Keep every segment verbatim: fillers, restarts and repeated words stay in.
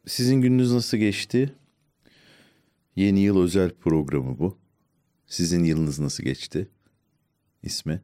Sizin gününüz nasıl geçti? Yeni yıl özel programı bu. Sizin yılınız nasıl geçti? İsmi.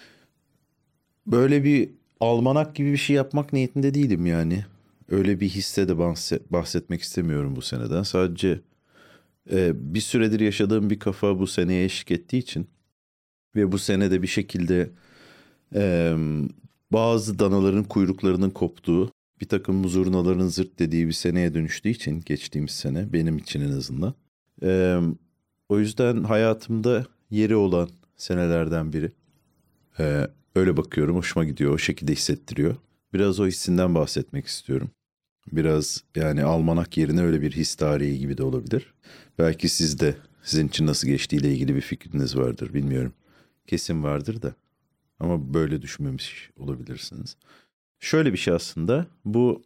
Böyle bir almanak gibi bir şey yapmak niyetinde değilim yani. Öyle bir hisse de bahset, bahsetmek istemiyorum bu seneden. Sadece e, bir süredir yaşadığım bir kafa bu seneye eşlik ettiği için ve bu senede bir şekilde e, bazı danaların kuyruklarının koptuğu, bir takım zurnaların zırt dediği bir seneye dönüştüğü için geçtiğimiz sene benim için en azından. E, O yüzden hayatımda yeri olan senelerden biri. E, Öyle bakıyorum, hoşuma gidiyor, o şekilde hissettiriyor. Biraz o hissinden bahsetmek istiyorum. Biraz yani almanak yerine öyle bir his tarihi gibi de olabilir. Belki sizde sizin için nasıl geçtiğiyle ilgili bir fikriniz vardır, bilmiyorum. Kesin vardır da ama böyle düşünmemiş olabilirsiniz. Şöyle bir şey aslında bu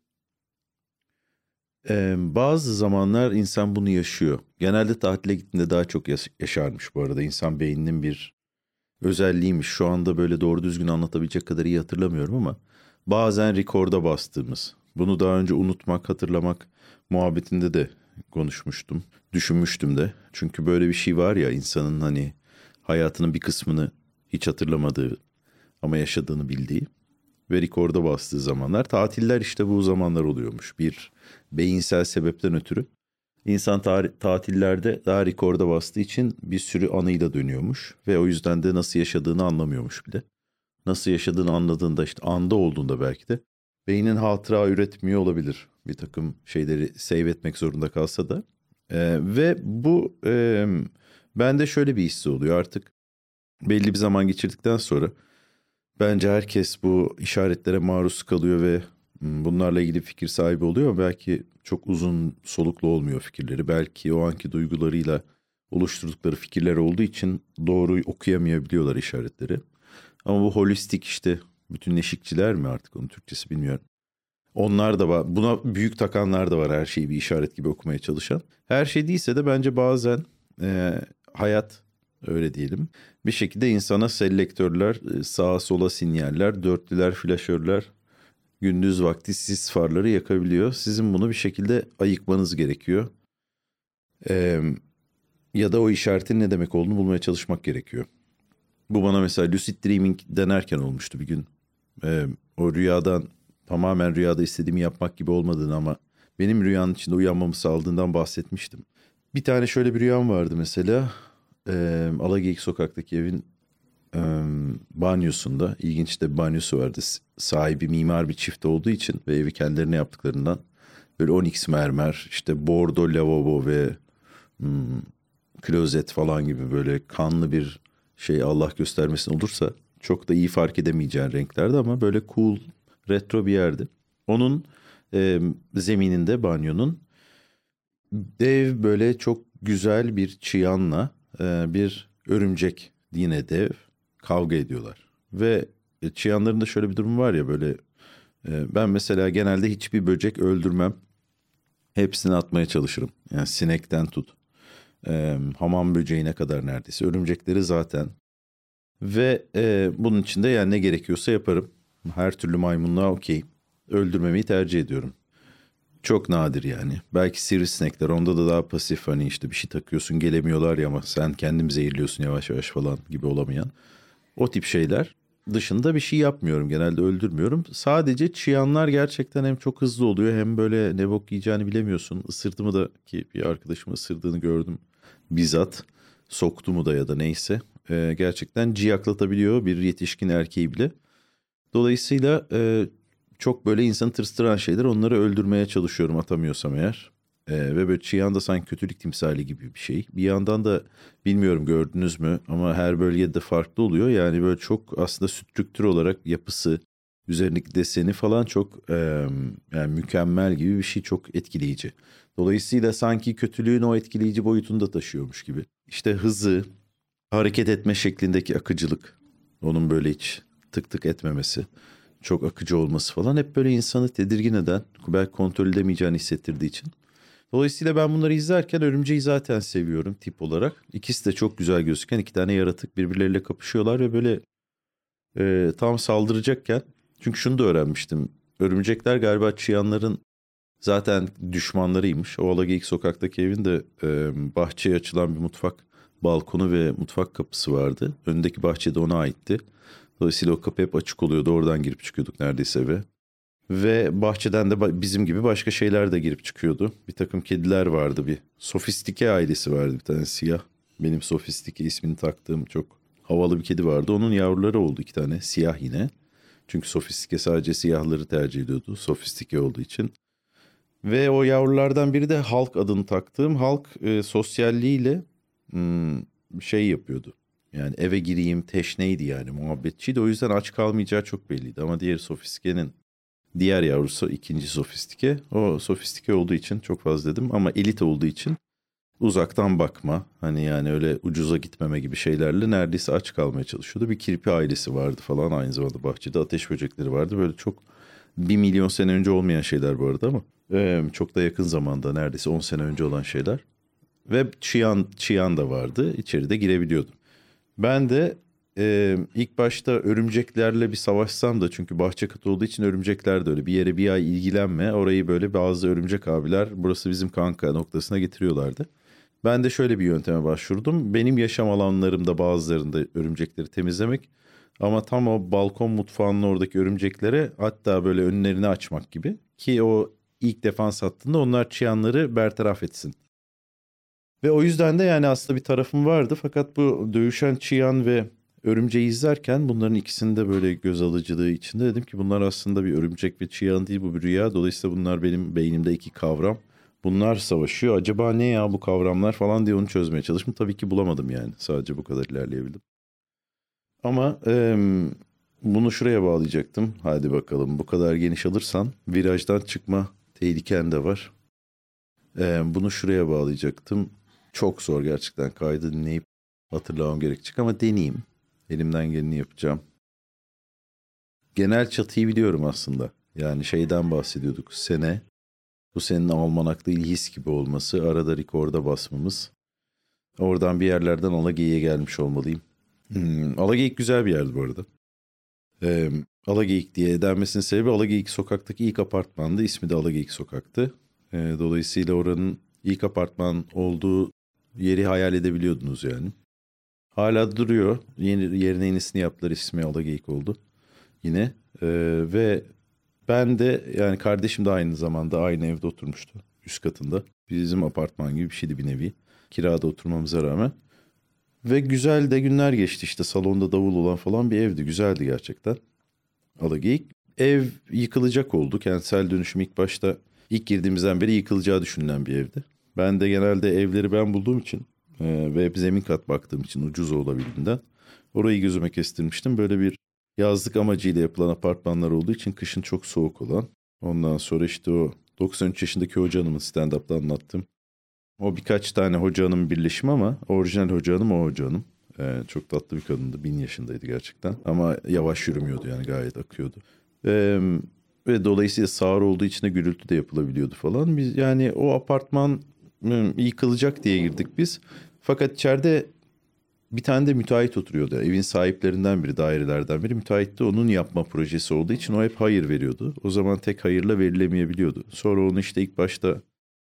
e, bazı zamanlar insan bunu yaşıyor. Genelde tatile gittiğinde daha çok yaş- yaşarmış bu arada. İnsan beyninin bir özelliğiymiş. Şu anda böyle doğru düzgün anlatabilecek kadar iyi hatırlamıyorum ama bazen rekorda bastığımız. Bunu daha önce unutmak, hatırlamak muhabbetinde de konuşmuştum. Düşünmüştüm de. Çünkü böyle bir şey var ya, insanın hani hayatının bir kısmını hiç hatırlamadığı ama yaşadığını bildiği ve rekorda bastığı zamanlar. Tatiller işte bu zamanlar oluyormuş. Bir beyinsel sebepten ötürü. İnsan tar- tatillerde daha rekorda bastığı için bir sürü anıyla dönüyormuş. Ve o yüzden de nasıl yaşadığını anlamıyormuş bile. Nasıl yaşadığını anladığında, işte anda olduğunda belki de beynin hatıra üretmiyor olabilir. Bir takım şeyleri save etmek zorunda kalsa da. Ee, ve bu e, bende şöyle bir hissi oluyor artık. Belli bir zaman geçirdikten sonra bence herkes bu işaretlere maruz kalıyor ve mm, bunlarla ilgili fikir sahibi oluyor. Belki çok uzun soluklu olmuyor fikirleri. Belki o anki duygularıyla oluşturdukları fikirler olduğu için doğru okuyamayabiliyorlar işaretleri. Ama bu holistik işte bütünleşikçiler mi, artık onun Türkçesi bilmiyorum. Onlar da var. Buna büyük takanlar da var, her şeyi bir işaret gibi okumaya çalışan. Her şey değilse de bence bazen e, hayat, öyle diyelim, bir şekilde insana selektörler, e, sağa sola sinyaller, dörtlüler, flaşörler, gündüz vakti sis farları yakabiliyor. Sizin bunu bir şekilde ayıkmanız gerekiyor. E, Ya da o işaretin ne demek olduğunu bulmaya çalışmak gerekiyor. Bu bana mesela lucid dreaming denerken olmuştu bir gün. E, o rüyadan, tamamen rüyada istediğimi yapmak gibi olmadığını ama benim rüyanın içinde uyanmamı sağladığından bahsetmiştim. Bir tane şöyle bir rüyam vardı mesela. E, Alageyik sokaktaki evin e, banyosunda ilginç de bir banyosu vardı. S- Sahibi mimar bir çift olduğu için ve evi kendilerine yaptıklarından böyle onyx mermer, işte bordo lavabo ve hmm, klozet falan gibi böyle kanlı bir şey, Allah göstermesin olursa çok da iyi fark edemeyeceğin renklerde ama böyle cool, retro bir yerdi. Onun e, zemininde, banyonun, dev böyle çok güzel bir çıyanla e, bir örümcek, yine dev, kavga ediyorlar. Ve e, çıyanların da şöyle bir durum var ya, böyle e, ben mesela genelde hiçbir böcek öldürmem. Hepsini atmaya çalışırım. Yani sinekten tut, e, hamam böceğine kadar neredeyse. Örümcekleri zaten. Ve e, bunun için de yani ne gerekiyorsa yaparım. Her türlü maymunluğa okey. Öldürmemeyi tercih ediyorum. Çok nadir yani. Belki sivrisinekler, onda da daha pasif, hani işte bir şey takıyorsun gelemiyorlar ya ama sen kendin zehirliyorsun yavaş yavaş falan gibi olamayan. O tip şeyler dışında bir şey yapmıyorum. Genelde öldürmüyorum. Sadece çıyanlar gerçekten hem çok hızlı oluyor hem böyle ne bok yiyeceğini bilemiyorsun. Isırdı mı da, ki bir arkadaşım ısırdığını gördüm bizzat. Soktu mu da ya da neyse. Ee, gerçekten ciyaklatabiliyor bir yetişkin erkeği bile. Dolayısıyla e, çok böyle insanı tırstıran şeyler, onları öldürmeye çalışıyorum atamıyorsam eğer. E, ve böyle Çiyan da sanki kötülük timsali gibi bir şey. Bir yandan da bilmiyorum gördünüz mü ama her bölgede farklı oluyor. Yani böyle çok aslında strüktür olarak yapısı, üzerindeki deseni falan çok e, yani mükemmel gibi bir şey, çok etkileyici. Dolayısıyla sanki kötülüğün o etkileyici boyutunu da taşıyormuş gibi. İşte hızı, hareket etme şeklindeki akıcılık, onun böyle hiç tık tık etmemesi, çok akıcı olması falan hep böyle insanı tedirgin eden, belki kontrol edemeyeceğini hissettirdiği için. Dolayısıyla ben bunları izlerken örümceği zaten seviyorum tip olarak. İkisi de çok güzel gözüken iki tane yaratık birbirleriyle kapışıyorlar ve böyle e, tam saldıracakken, çünkü şunu da öğrenmiştim. Örümcekler galiba çıyanların Zaten düşmanlarıymış. O Alageyik sokaktaki evin de e, bahçeye açılan bir mutfak balkonu ve mutfak kapısı vardı. Önündeki bahçede ona aitti. Dolayısıyla o kapı hep açık oluyordu. Oradan girip çıkıyorduk neredeyse eve. Ve bahçeden de bizim gibi başka şeyler de girip çıkıyordu. Bir takım kediler vardı bir. Sofistike ailesi vardı bir tane siyah. Benim Sofistike ismini taktığım çok havalı bir kedi vardı. Onun yavruları oldu iki tane siyah yine. Çünkü Sofistike sadece siyahları tercih ediyordu. Sofistike olduğu için. Ve o yavrulardan biri de Hulk adını taktığım. Hulk e, sosyalliğiyle hmm, şey yapıyordu. Yani eve gireyim teşneydi yani muhabbetçiydi. O yüzden aç kalmayacağı çok belliydi. Ama diğer Sofistike'nin diğer yavrusu ikinci Sofistike. O Sofistike olduğu için çok fazla dedim. Ama elit olduğu için uzaktan bakma. Hani yani öyle ucuza gitmeme gibi şeylerle neredeyse aç kalmaya çalışıyordu. Bir kirpi ailesi vardı falan aynı zamanda bahçede. Ateş böcekleri vardı. Böyle çok bir milyon sene önce olmayan şeyler bu arada ama. Ee, çok da yakın zamanda neredeyse on sene önce olan şeyler. Ve Çiyan, Çiyan da vardı. İçeride girebiliyordum. Ben de e, ilk başta örümceklerle bir savaşsam da çünkü bahçe katı olduğu için örümcekler de öyle. Bir yere bir ay ilgilenme. Orayı böyle bazı örümcek abiler burası bizim kanka noktasına getiriyorlardı. Ben de şöyle bir yönteme başvurdum. Benim yaşam alanlarımda bazılarında örümcekleri temizlemek. Ama tam o balkon mutfağının oradaki örümceklere hatta böyle önlerini açmak gibi. Ki o ilk defans hattında onlar çıyanları bertaraf etsin. Ve o yüzden de yani aslında bir tarafım vardı. Fakat bu dövüşen çıyan ve örümceği izlerken bunların ikisinde böyle göz alıcılığı içinde dedim ki bunlar aslında bir örümcek ve çıyan değil bu bir rüya. Dolayısıyla bunlar benim beynimde iki kavram. Bunlar savaşıyor. Acaba ne ya bu kavramlar falan diye onu çözmeye çalıştım. Tabii ki bulamadım yani. Sadece bu kadar ilerleyebildim. Ama e, bunu şuraya bağlayacaktım. Hadi bakalım bu kadar geniş alırsan virajdan çıkma tehliken de var. E, bunu şuraya bağlayacaktım. Çok zor gerçekten kaydı dinleyip hatırlamam gerekecek ama deneyeyim. Elimden geleni yapacağım. Genel çatıyı biliyorum aslında. Yani şeyden bahsediyorduk. Sene. Bu senin almanaklı ilhis gibi olması. Arada rekorda basmamız. Oradan bir yerlerden Alageyik'e gelmiş olmalıyım. Hmm, Alageyik güzel bir yerdi bu arada. Ee, Alageyik diye denmesinin sebebi Alageyik sokaktaki ilk apartmandı. İsmi de Alageyik sokaktı. Ee, dolayısıyla oranın ilk apartman olduğu yeri hayal edebiliyordunuz yani. Hala duruyor. Yeni, yerine yenisini yaptılar. İsmi Alageyik oldu. Yine. Ee, ve ben de yani kardeşim de aynı zamanda aynı evde oturmuştu. Üst katında. Bizim apartman gibi bir şeydi bir nevi. Kirada oturmamıza rağmen. Ve güzel de günler geçti işte. Salonda davul olan falan bir evdi. Güzeldi gerçekten. Alageyik. Ev yıkılacak oldu. Kentsel dönüşüm ilk başta ilk girdiğimizden beri yıkılacağı düşünülen bir evdi. Ben de genelde evleri ben bulduğum için e, ve hep zemin kat baktığım için ucuz olabildiğinden orayı gözüme kestirmiştim. Böyle bir yazlık amacıyla yapılan apartmanlar olduğu için kışın çok soğuk olan. Ondan sonra işte o doksan üç yaşındaki hoca hanımın stand-up'ta anlattım. O birkaç tane hoca hanım birleşimi ama orijinal hoca hanım o hoca hanım. Ee, çok tatlı bir kadındı. Bin yaşındaydı gerçekten. Ama yavaş yürümüyordu yani gayet akıyordu. Ee, ve dolayısıyla sağır olduğu için de gürültü de yapılabiliyordu falan. Biz yani o apartman yıkılacak diye girdik biz. Fakat içeride bir tane de müteahhit oturuyordu. Evin sahiplerinden biri, dairelerden biri. Müteahhit de onun yapma projesi olduğu için o hep hayır veriyordu. O zaman tek hayırla verilemeyebiliyordu. Sonra onu işte ilk başta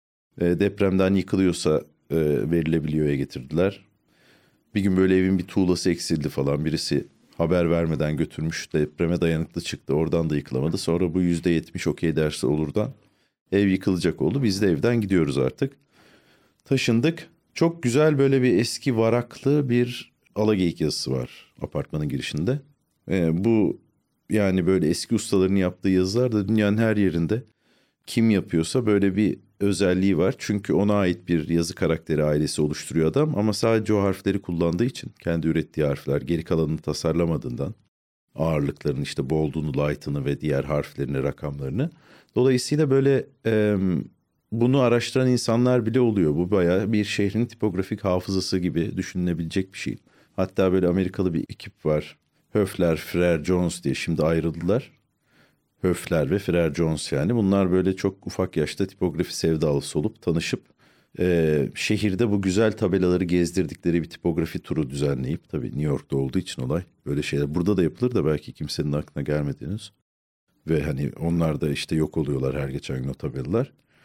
e, depremden yıkılıyorsa e, verilebiliyor'ya getirdiler. Bir gün böyle evin bir tuğlası eksildi falan. Birisi haber vermeden götürmüş. Depreme dayanıklı çıktı. Oradan da yıkılamadı. Sonra bu yüzde yetmiş okey dersi olurdan ev yıkılacak oldu. Biz de evden gidiyoruz artık. Taşındık. Çok güzel böyle bir eski varaklı bir Alageyik yazısı var apartmanın girişinde. Ee, bu yani böyle eski ustaların yaptığı yazılar da dünyanın her yerinde kim yapıyorsa böyle bir özelliği var. Çünkü ona ait bir yazı karakteri ailesi oluşturuyor adam ama sadece o harfleri kullandığı için kendi ürettiği harfler geri kalanını tasarlamadığından ağırlıkların işte bold'unu, light'ını ve diğer harflerini, rakamlarını. Dolayısıyla böyle e, bunu araştıran insanlar bile oluyor. Bu bayağı bir şehrin tipografik hafızası gibi düşünülebilecek bir şey. Hatta böyle Amerikalı bir ekip var. Höfler, Frere Jones diye şimdi ayrıldılar. Höfler ve Frere Jones yani. Bunlar böyle çok ufak yaşta tipografi sevdalısı olup tanışıp e, şehirde bu güzel tabelaları gezdirdikleri bir tipografi turu düzenleyip tabii New York'ta olduğu için olay böyle şeyler. Burada da yapılır da belki kimsenin aklına gelmedi henüz. Ve hani onlar da işte yok oluyorlar her geçen gün o tabelalar.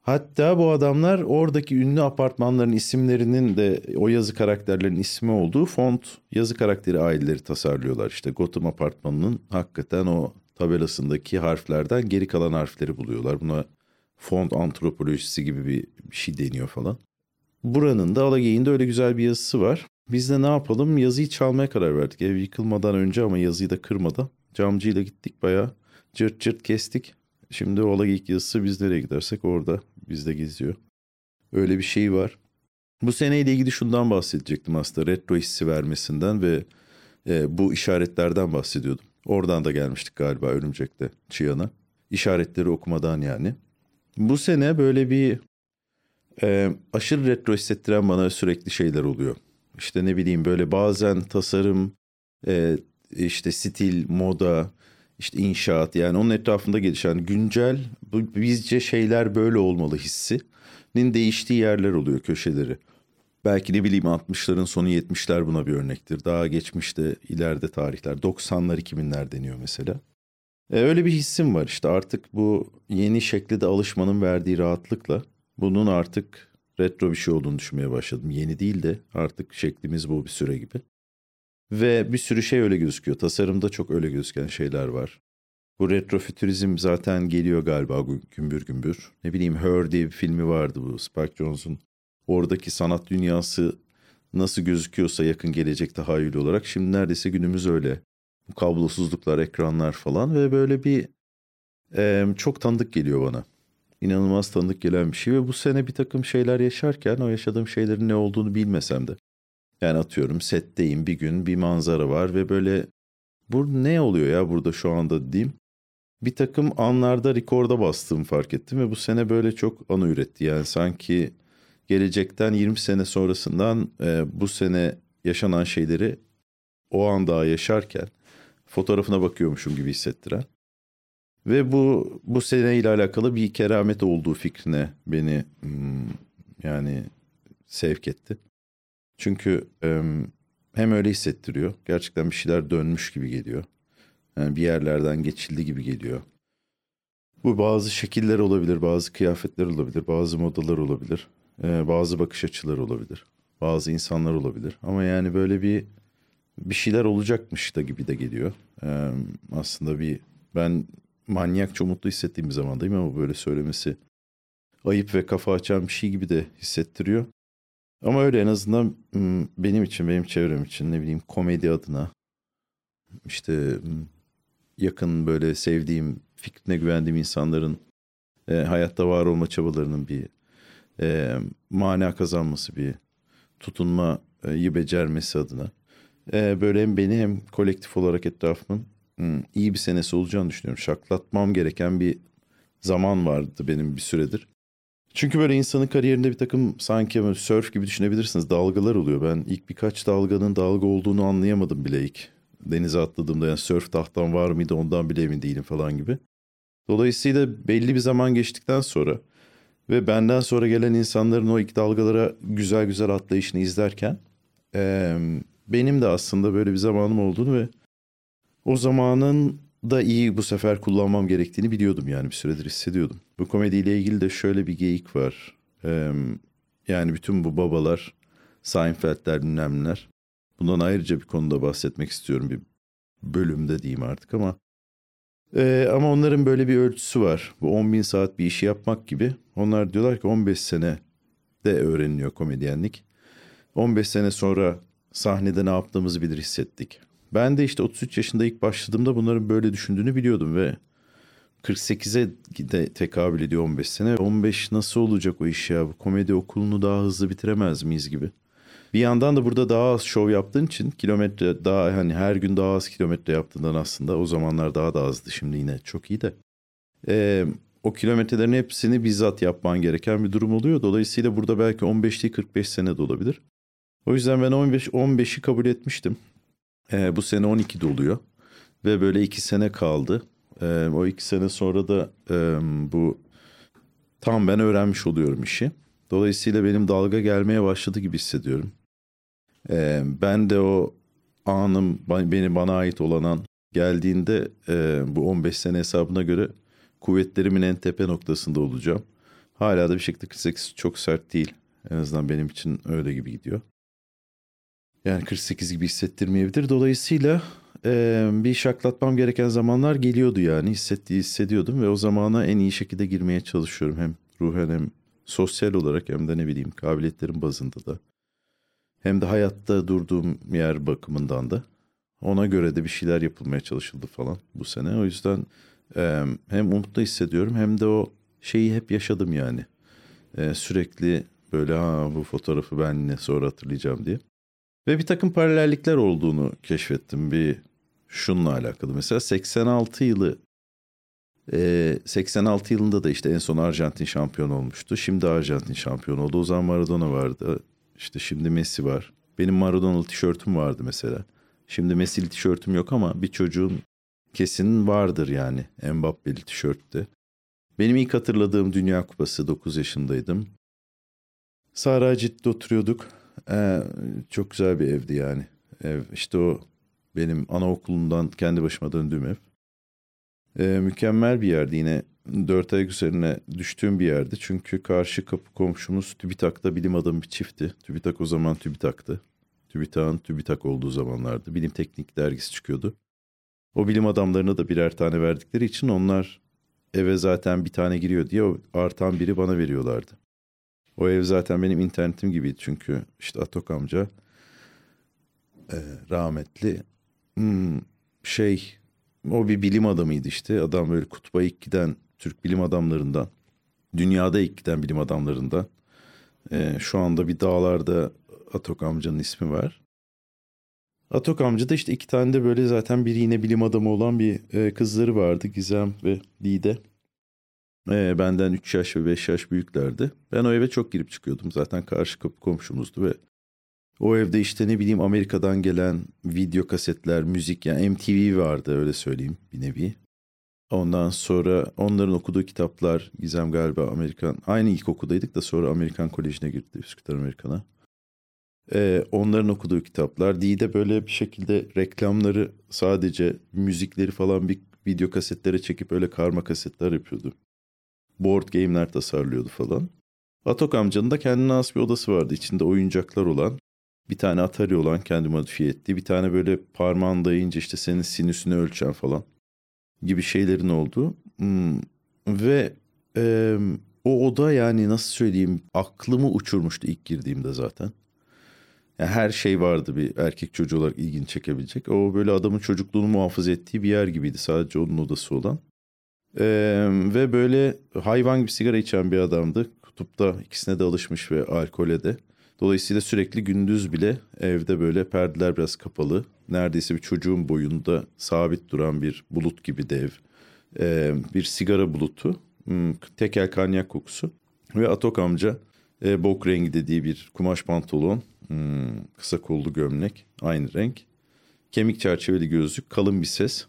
Hatta bu adamlar oradaki ünlü apartmanların isimlerinin de o yazı karakterlerin ismi olduğu font yazı karakteri aileleri tasarlıyorlar. İşte Gotham apartmanının hakikaten o tabelasındaki harflerden geri kalan harfleri buluyorlar. Buna font antropolojisi gibi bir, bir şey deniyor falan. Buranın da Alagey'inde öyle güzel bir yazısı var. Biz de ne yapalım, yazıyı çalmaya karar verdik. Ev yıkılmadan önce ama yazıyı da kırmadan. Camcıyla gittik, bayağı cırt cırt kestik. Şimdi o Alagey yazısı biz nereye gidersek orada bizde geziyor. Öyle bir şey var. Bu seneyle ilgili şundan bahsedecektim aslında. Retro hissi vermesinden ve e, bu işaretlerden bahsediyordum. Oradan da gelmiştik galiba Örümcek'te Çıyan'a. İşaretleri okumadan yani. Bu sene böyle bir e, aşırı retro hissettiren bana sürekli şeyler oluyor. İşte ne bileyim, böyle bazen tasarım, e, işte stil, moda, işte inşaat, yani onun etrafında gelişen güncel, bu, bizce şeyler böyle olmalı hissinin değiştiği yerler oluyor, köşeleri. Belki ne bileyim altmışların sonu yetmişler buna bir örnektir. Daha geçmişte ileride tarihler doksanlar iki binler deniyor mesela. E, öyle bir hissim var işte, artık bu yeni şekle de alışmanın verdiği rahatlıkla bunun artık retro bir şey olduğunu düşünmeye başladım. Yeni değil de artık şeklimiz bu bir süre gibi. Ve bir sürü şey öyle gözüküyor. Tasarımda çok öyle gözüken şeyler var. Bu retrofütürizm zaten geliyor galiba gümbür gümbür. Ne bileyim, Her diye bir filmi vardı, bu Spike Jonze'un. Oradaki sanat dünyası nasıl gözüküyorsa yakın gelecek tahayyülü olarak, şimdi neredeyse günümüz öyle. Bu kablosuzluklar, ekranlar falan ve böyle bir e, çok tanıdık geliyor bana. İnanılmaz tanıdık gelen bir şey ve bu sene bir takım şeyler yaşarken o yaşadığım şeylerin ne olduğunu bilmesem de. Yani atıyorum, setteyim bir gün, bir manzara var ve böyle bu ne oluyor ya burada şu anda diyeyim. Bir takım anlarda rekorda bastığımı fark ettim ve bu sene böyle çok anı üretti. Yani sanki gelecekten yirmi sene sonrasından e, bu sene yaşanan şeyleri o an daha yaşarken fotoğrafına bakıyormuşum gibi hissettiren. Ve bu bu seneyle alakalı bir keramet olduğu fikrine beni hmm, yani sevk etti. Çünkü e, hem öyle hissettiriyor, gerçekten bir şeyler dönmüş gibi geliyor. Yani bir yerlerden geçildi gibi geliyor. Bu bazı şekiller olabilir, bazı kıyafetler olabilir, bazı modalar olabilir, e, bazı bakış açıları olabilir, bazı insanlar olabilir. Ama yani böyle bir bir şeyler olacakmış da gibi de geliyor. E, aslında bir ben manyakça umutlu hissettiğim bir zamandayım ama böyle söylemesi ayıp ve kafa açan bir şey gibi de hissettiriyor. Ama öyle en azından benim için, benim çevrem için, ne bileyim, komedi adına işte yakın böyle sevdiğim, fikrine güvendiğim insanların e, hayatta var olma çabalarının bir e, mana kazanması, bir tutunmayı becermesi adına e, böyle hem beni hem kolektif olarak etrafımın hmm, iyi bir senesi olacağını düşünüyorum. Şaklatmam gereken bir zaman vardı benim bir süredir. Çünkü böyle insanın kariyerinde bir takım, sanki böyle surf gibi düşünebilirsiniz, dalgalar oluyor. Ben ilk birkaç dalganın dalga olduğunu anlayamadım bile ilk denize atladığımda. Yani surf tahtam var mıydı ondan bile emin değilim falan gibi. Dolayısıyla belli bir zaman geçtikten sonra ve benden sonra gelen insanların o ilk dalgalara güzel güzel atlayışını izlerken eee, benim de aslında böyle bir zamanım olduğunu ve o zamanın da iyi bu sefer kullanmam gerektiğini biliyordum, yani bir süredir hissediyordum. Bu komediyle ilgili de şöyle bir geyik var. Eee, yani bütün bu babalar, Seinfeld'ler, bilmem neler. Bundan ayrıca bir konuda bahsetmek istiyorum, bir bölümde diyeyim artık ama. Ee, ama onların böyle bir ölçüsü var. Bu on bin saat bir işi yapmak gibi. Onlar diyorlar ki on beş sene de öğreniliyor komedyenlik. on beş sene sonra sahnede ne yaptığımızı bilir hissettik. Ben de işte otuz üç yaşında ilk başladığımda bunların böyle düşündüğünü biliyordum ve kırk sekize de tekabül ediyor on beş sene. on beş nasıl olacak o iş ya? Bu komedi okulunu daha hızlı bitiremez miyiz gibi. Bir yandan da burada daha az şov yaptığın için kilometre daha, hani her gün daha az kilometre yaptığından, aslında o zamanlar daha da azdı, şimdi yine çok iyi de. Ee, o kilometrelerin hepsini bizzat yapman gereken bir durum oluyor. Dolayısıyla burada belki on beş değil kırk beş sene de olabilir. O yüzden ben on beş on beşi kabul etmiştim. Ee, bu sene on iki doluyor ve böyle iki sene kaldı. Ee, o iki sene sonra da e, bu tam ben öğrenmiş oluyorum işi. Dolayısıyla benim dalga gelmeye başladı gibi hissediyorum. Ee, ben de o anım, beni bana ait olan an geldiğinde e, bu on beş sene hesabına göre kuvvetlerimin en tepe noktasında olacağım. Hala da bir şekilde kırk sekiz çok sert değil. En azından benim için öyle gibi gidiyor. Yani kırk sekiz gibi hissettirmeyebilir. Dolayısıyla e, bir şaklatmam gereken zamanlar geliyordu yani. Hissettiği hissediyordum ve o zamana en iyi şekilde girmeye çalışıyorum. Hem ruhen hem sosyal olarak hem de ne bileyim kabiliyetlerim bazında da. Hem de hayatta durduğum yer bakımından da. Ona göre de bir şeyler yapılmaya çalışıldı falan bu sene. O yüzden e, hem umutlu hissediyorum hem de o şeyi hep yaşadım yani. E, sürekli böyle ha bu fotoğrafı ben ne sonra hatırlayacağım diye. Ve bir takım paralellikler olduğunu keşfettim bir şununla alakalı. Mesela seksen altı yılı e, seksen altı yılında da işte en son Arjantin şampiyon olmuştu. Şimdi Arjantin şampiyon oldu. O zaman Maradona vardı. İşte şimdi Messi var. Benim Maradona'lı tişörtüm vardı mesela. Şimdi Messi'li tişörtüm yok ama bir çocuğun kesin vardır yani Mbappe'li tişörtte. Benim ilk hatırladığım Dünya Kupası dokuz yaşındaydım. Saraycit'te oturuyorduk. Ee, çok güzel bir evdi yani. Ev işte o benim anaokulundan kendi başıma döndüğüm ev. Ee, mükemmel bir yerdi yine. Dört ayak üzerine düştüğüm bir yerdi. Çünkü karşı kapı komşumuz TÜBİTAK'ta bilim adamı bir çiftti. TÜBİTAK o zaman TÜBİTAK'tı. TÜBİTAK'ın TÜBİTAK olduğu zamanlardı. Bilim Teknik dergisi çıkıyordu. O bilim adamlarına da birer tane verdikleri için onlar eve zaten bir tane giriyor diye o artan biri bana veriyorlardı. O ev zaten benim internetim gibiydi çünkü işte Atok amca e, rahmetli hmm, şey o bir bilim adamıydı işte. Adam böyle kutba ilk giden Türk bilim adamlarından, dünyada ilk giden bilim adamlarından. E, şu anda bir dağlarda Atok amcanın ismi var. Atok amca da işte iki tane de böyle zaten biri yine bilim adamı olan bir e, kızları vardı. Gizem ve Dide. E, benden üç yaş ve beş yaş büyüklerdi. Ben o eve çok girip çıkıyordum. Zaten karşı kapı komşumuzdu ve o evde işte ne bileyim Amerika'dan gelen video kasetler, müzik yani M T V vardı öyle söyleyeyim bir nevi. Ondan sonra onların okuduğu kitaplar, Gizem galiba Amerikan, aynı ilkokuldaydık da sonra Amerikan Koleji'ne girdi, Üsküdar Amerikan'a. Ee, onların okuduğu kitaplar, Dide böyle bir şekilde reklamları sadece müzikleri falan bir video kasetlere çekip öyle karma kasetler yapıyordu. Board game'ler tasarlıyordu falan. Atok amcanın da kendine has bir odası vardı. İçinde oyuncaklar olan, bir tane Atari olan kendi modifiye ettiği, bir tane böyle parmağını dayayınca işte senin sinüsünü ölçen falan gibi şeylerin olduğu. Hmm. Ve e, o oda yani nasıl söyleyeyim aklımı uçurmuştu ilk girdiğimde zaten. Yani her şey vardı bir erkek çocuğu olarak ilgini çekebilecek. O böyle adamın çocukluğunu muhafaza ettiği bir yer gibiydi sadece onun odası olan. Ee, ve böyle hayvan gibi sigara içen bir adamdı. Kutupta ikisine de alışmış ve alkole de. Dolayısıyla sürekli gündüz bile evde böyle perdeler biraz kapalı. Neredeyse bir çocuğun boyunda sabit duran bir bulut gibi dev. Ee, bir sigara bulutu. Hmm, tekel kanyak kokusu. Ve Atok amca e, bok rengi dediği bir kumaş pantolon. Hmm, kısa kollu gömlek. Aynı renk. Kemik çerçeveli gözlük. Kalın bir ses.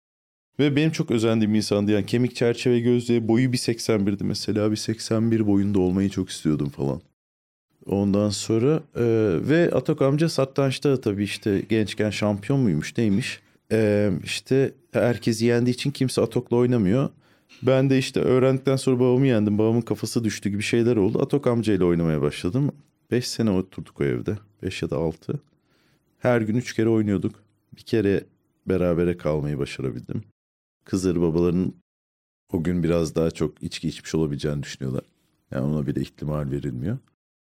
Ve benim çok özendiğim bir insandı. Yani kemik çerçeve gözlüğe boyu bir seksen birdi mesela. bir seksen bir boyunda olmayı çok istiyordum falan. Ondan sonra e, ve Atok amca satrançta tabii işte gençken şampiyon muymuş neymiş. E, işte herkesi yendiği için kimse Atok'la oynamıyor. Ben de işte öğrendikten sonra babamı yendim. Babamın kafası düştü gibi şeyler oldu. Atok amcayla oynamaya başladım. Beş sene oturduk o evde. Beş ya da altı. Her gün üç kere oynuyorduk. Bir kere berabere kalmayı başarabildim. Kızları babaların o gün biraz daha çok içki içmiş olabileceğini düşünüyorlar. Yani ona bile ihtimal verilmiyor.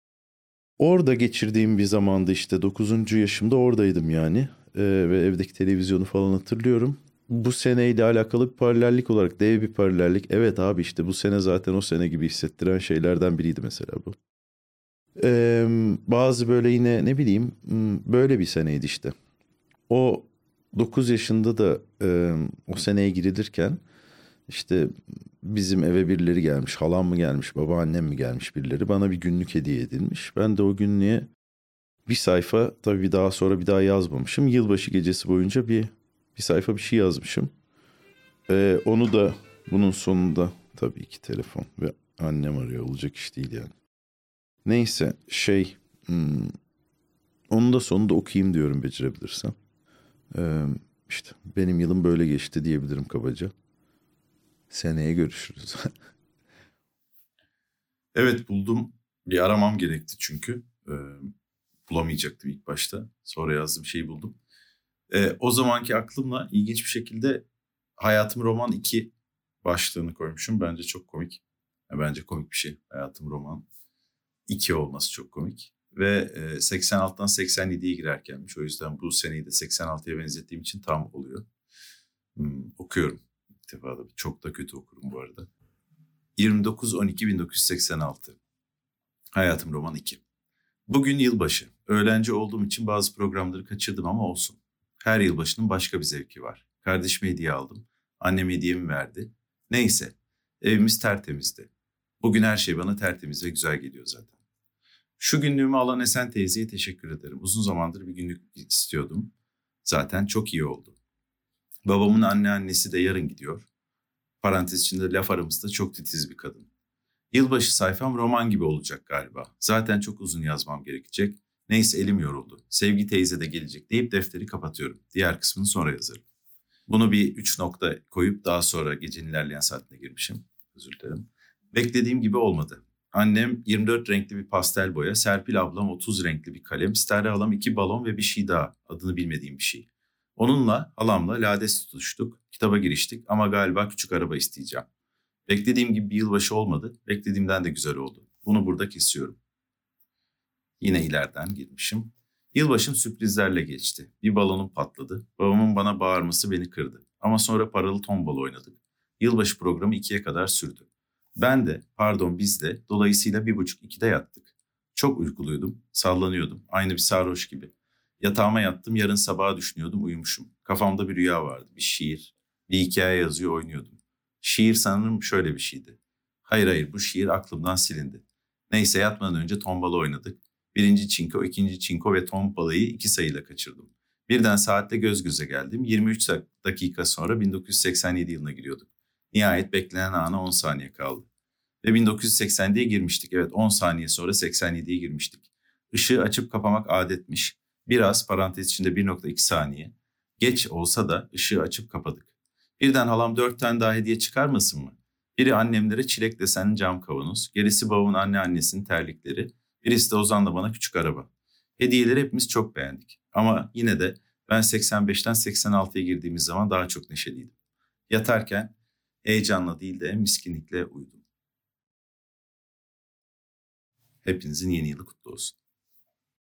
Orada geçirdiğim bir zamanda işte dokuzuncu yaşımda oradaydım yani. Ee, ve evdeki televizyonu falan hatırlıyorum. Bu seneyle alakalı bir paralellik olarak dev bir paralellik. Evet abi işte bu sene zaten o sene gibi hissettiren şeylerden biriydi mesela bu. Ee, bazı böyle yine ne bileyim böyle bir seneydi işte. O dokuz yaşında da e, o seneye girilirken işte bizim eve birileri gelmiş. Halam mı gelmiş, babaannem mi gelmiş birileri. Bana bir günlük hediye edilmiş. Ben de o günlüğe bir sayfa tabii bir daha sonra bir daha yazmamışım. Yılbaşı gecesi boyunca bir bir sayfa bir şey yazmışım. Ee, onu da bunun sonunda tabii ki telefon ve annem arıyor. Olacak iş değil yani. Neyse şey hmm, onu da sonunda okuyayım diyorum becerebilirsem. Ee, işte benim yılım böyle geçti diyebilirim kabaca. Seneye görüşürüz. Evet, buldum. Bir aramam gerekti çünkü. Ee, bulamayacaktım ilk başta. Sonra yazdığım şeyi buldum. Ee, o zamanki aklımla ilginç bir şekilde Hayatım Roman iki başlığını koymuşum. Bence çok komik. Ya, bence komik bir şey. Hayatım Roman iki olması çok komik. Ve e, seksen altıdan seksen yediye girerkenmiş. O yüzden bu seneyi de seksen altıya benzettiğim için tam oluyor. Hmm, okuyorum. İlk defa da çok da kötü okurum bu arada. yirmi dokuz on iki bin dokuz yüz seksen altı. Hayatım Roman iki. Bugün yılbaşı. Öğlenci olduğum için bazı programları kaçırdım ama olsun. Her yılbaşının başka bir zevki var. Kardeşime hediye aldım. Annem hediyemi verdi. Neyse. Evimiz tertemizdi. Bugün her şey bana tertemiz ve güzel geliyor zaten. Şu günlüğümü alan Esen teyzeye teşekkür ederim. Uzun zamandır bir günlük istiyordum. Zaten çok iyi oldu. Babamın anneannesi de yarın gidiyor. Parantez içinde laf aramızda çok titiz bir kadın. Yılbaşı sayfam roman gibi olacak galiba. Zaten çok uzun yazmam gerekecek. Neyse elim yoruldu. Sevgi teyze de gelecek deyip defteri kapatıyorum. Diğer kısmını sonra yazarım. Bunu bir üç nokta koyup daha sonra gecenin ilerleyen saatine girmişim. Özür dilerim. Beklediğim gibi olmadı. Annem yirmi dört renkli bir pastel boya, Serpil ablam otuz renkli bir kalem, Sterli halam iki balon ve bir şey daha, adını bilmediğim bir şey. Onunla, halamla lades tutuştuk, kitaba giriştik ama galiba küçük araba isteyeceğim. Beklediğim gibi bir yılbaşı olmadı, beklediğimden de güzel oldu. Bunu burada kesiyorum. Yine ileriden girmişim. Yılbaşım sürprizlerle geçti. Bir balonum patladı. Babamın bana bağırması beni kırdı. Ama sonra paralı tombala oynadık. Yılbaşı programı ikiye kadar sürdü. Ben de, pardon biz de, dolayısıyla bir buçuk ikide yattık. Çok uykuluydum, sallanıyordum. Aynı bir sarhoş gibi. Yatağıma yattım, yarın sabaha düşünüyordum, uyumuşum. Kafamda bir rüya vardı, bir şiir. Bir hikaye yazıyor, oynuyordum. Şiir sanırım şöyle bir şeydi. Hayır hayır, bu şiir aklımdan silindi. Neyse yatmadan önce tombala oynadık. Birinci çinko, ikinci çinko ve tombalayı iki sayıyla kaçırdım. Birden saatle göz göze geldim. yirmi üç dakika sonra bin dokuz yüz seksen yedi yılına giriyorduk. Nihayet beklenen ana on saniye kaldı. Ve bin dokuz yüz seksen yediye girmiştik. Evet, on saniye sonra seksen yediye girmiştik. Işığı açıp kapamak adetmiş. Biraz, parantez içinde bir nokta iki saniye. Geç olsa da ışığı açıp kapadık. Birden halam dört tane daha hediye çıkarmasın mı? Biri annemlere çilek desenli cam kavanoz, gerisi babamın anneannesinin terlikleri, birisi de Ozan'la bana küçük araba. Hediyeleri hepimiz çok beğendik. Ama yine de ben seksen beşten seksen altıya girdiğimiz zaman daha çok neşeliydim. Yatarken heyecanla değil de miskinlikle uyudum. Hepinizin yeni yılı kutlu olsun.